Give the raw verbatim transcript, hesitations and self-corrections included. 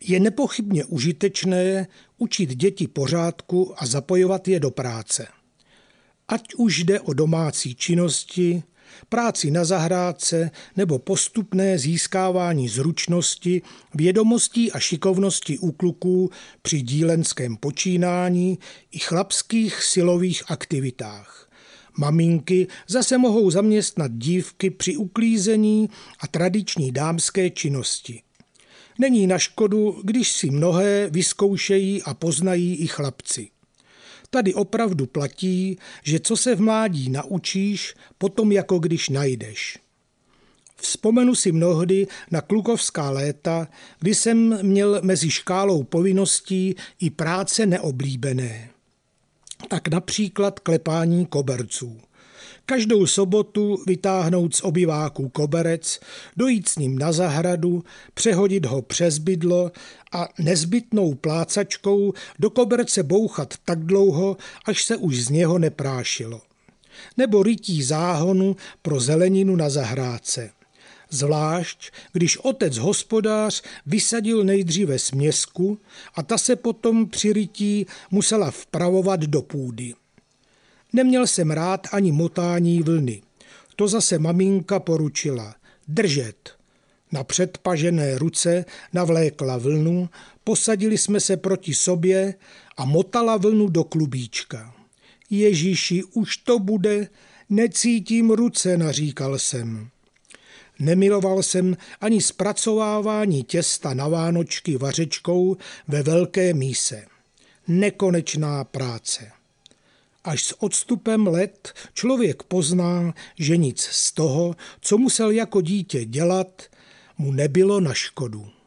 Je nepochybně užitečné učit děti pořádku a zapojovat je do práce. Ať už jde o domácí činnosti, práci na zahrádce nebo postupné získávání zručnosti, vědomostí a šikovnosti u kluků při dílenském počínání i chlapských silových aktivitách. Maminky zase mohou zaměstnat dívky při uklízení a tradiční dámské činnosti. Není na škodu, když si mnohé vyzkoušejí a poznají i chlapci. Tady opravdu platí, že co se v mládí naučíš, potom jako když najdeš. Vzpomenu si mnohdy na klukovská léta, kdy jsem měl mezi škálou povinností i práce neoblíbené. Tak například klepání koberců. Každou sobotu vytáhnout z obyváku koberec, dojít s ním na zahradu, přehodit ho přes bydlo a nezbytnou plácačkou do koberce bouchat tak dlouho, až se už z něho neprášilo. Nebo rytí záhonu pro zeleninu na zahrádce. Zvlášť, když otec hospodář vysadil nejdříve směsku a ta se potom při rytí musela vpravovat do půdy. Neměl jsem rád ani motání vlny. To zase maminka poručila. Držet. Na předpažené ruce navlékla vlnu, posadili jsme se proti sobě a motala vlnu do klubíčka. Ježíši, už to bude, necítím ruce, naříkal jsem. Nemiloval jsem ani zpracovávání těsta na vánočky vařečkou ve velké míse. Nekonečná práce. Až s odstupem let člověk pozná, že nic z toho, co musel jako dítě dělat, mu nebylo na škodu.